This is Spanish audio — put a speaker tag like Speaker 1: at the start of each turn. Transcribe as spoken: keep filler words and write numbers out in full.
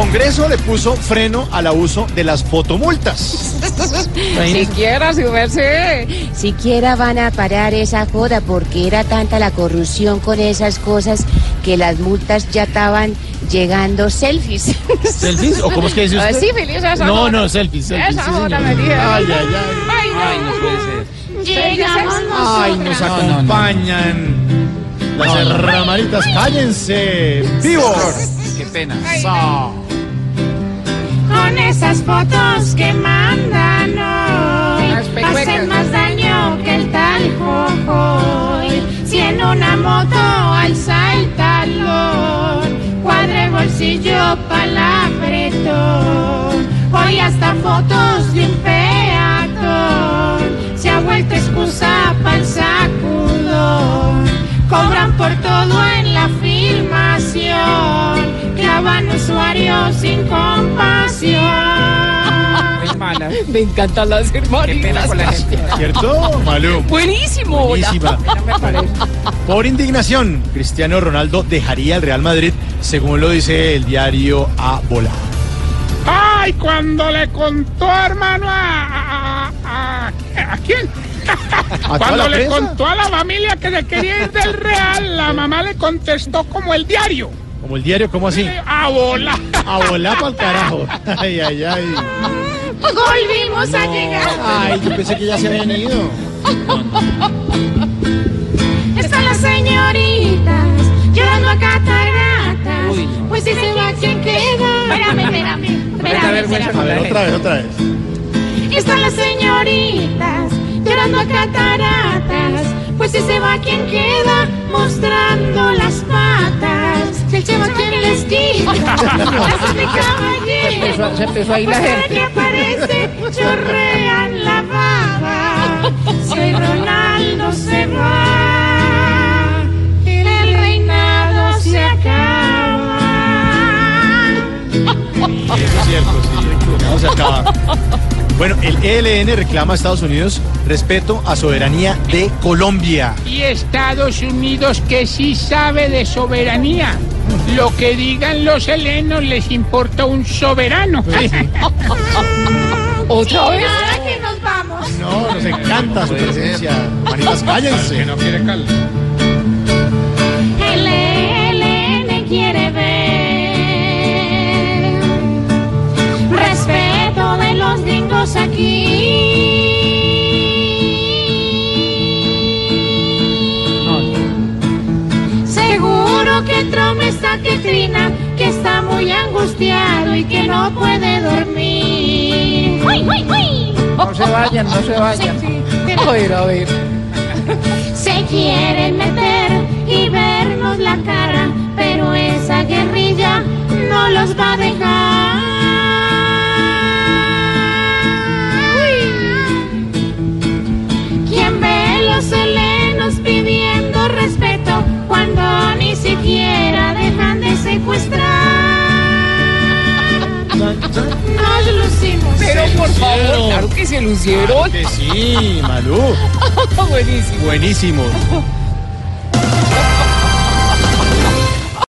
Speaker 1: Congreso le puso freno al abuso de las fotomultas.
Speaker 2: Siquiera, si merced, siquiera van a parar esa joda porque era tanta la corrupción con esas cosas que las multas ya estaban llegando selfies.
Speaker 1: ¿Selfies? ¿O cómo es que dice usted?
Speaker 2: Sí, feliz, esa
Speaker 1: No,
Speaker 2: joda.
Speaker 1: no, selfies, selfies.
Speaker 2: Esa
Speaker 1: sí,
Speaker 2: joda
Speaker 1: señor.
Speaker 2: me dijeron.
Speaker 1: Ay, ay, ay.
Speaker 2: Ay,
Speaker 3: Ay, no puede ser.
Speaker 2: Llegamos
Speaker 1: Ay, nos acompañan las hermanitas. Cállense. ¡Vivo!
Speaker 3: Qué pena.
Speaker 4: Con esas fotos que mandan hoy, hacen más daño que el tal Jojoy. Si en una moto alza el talón, cuadre bolsillo palabretón. Hoy hasta fotos de un peatón se ha vuelto excusa pa'l sacudón. Cobran por todo en la filmación, clavan usuarios sin compasión.
Speaker 3: Muy mala.
Speaker 2: Me encantan las
Speaker 3: Qué pena
Speaker 2: hermanitas.
Speaker 3: con la gente.
Speaker 1: ¿Cierto, Malú?
Speaker 2: Buenísimo.
Speaker 1: Buenísima.
Speaker 3: No me parece.
Speaker 1: Por indignación, Cristiano Ronaldo dejaría el Real Madrid, según lo dice el diario A Bola.
Speaker 5: Ay, cuando le contó, hermano, a... ¿A, a, a, ¿a quién?
Speaker 1: toda
Speaker 5: Cuando
Speaker 1: la
Speaker 5: le
Speaker 1: prensa?
Speaker 5: contó a la familia que se quería ir del Real, la mamá le contestó como el diario.
Speaker 1: Como el diario, ¿cómo así?
Speaker 5: A bola.
Speaker 1: A volar para el carajo. Ay, ay, ay.
Speaker 4: Volvimos a llegar.
Speaker 1: Ay, yo pensé que ya se habían ido.
Speaker 4: Están las señoritas llorando a cataratas.
Speaker 3: Uy, no.
Speaker 4: Pues si se va, ¿quién queda? Espérame, espérame.
Speaker 3: Me da
Speaker 4: Espérame,
Speaker 3: vergüenza
Speaker 1: A
Speaker 3: con la
Speaker 1: ver, otra
Speaker 3: gente.
Speaker 1: vez, otra vez.
Speaker 4: Están las señoritas llorando a cataratas. Pues si se va, ¿quién queda? Mostrando las patas. Si él se va, ¿quién les quita? Eso mi caballero.
Speaker 3: Se empezó a ir la
Speaker 4: Pues ahora
Speaker 3: gente.
Speaker 4: que aparece, chorrean la baba. Si hoy Ronaldo se va, el reinado se acaba.
Speaker 1: Eso es cierto, sí. No se acaba. Bueno, el E L N reclama a Estados Unidos respeto a soberanía de Colombia.
Speaker 5: Y Estados Unidos, que sí sabe de soberanía. Lo que digan los helenos les importa un soberano.
Speaker 2: ¿Otra vez?
Speaker 4: Ahora que nos vamos.
Speaker 1: No, nos encanta su presencia. Manitas, cállense.
Speaker 5: no quiere calma.
Speaker 4: El E L N quiere ver respeto de los gringos aquí. Seguro que Trump está que trina, que está muy angustiado y que no puede dormir. ¡Uy, uy, uy!
Speaker 3: No se vayan, no se vayan.
Speaker 2: A ver, a ver.
Speaker 4: Se quieren meter y vernos la cara, pero esa guerrilla no los va a dejar. ¿Quién ve los helenos pidiendo respeto cuando ni siquiera dejan de secuestrar? Nos lucimos.
Speaker 2: Pero por favor,
Speaker 1: lucieron.
Speaker 2: claro que se lucieron.
Speaker 1: Que sí, Malú.
Speaker 2: Buenísimo.
Speaker 1: Buenísimo.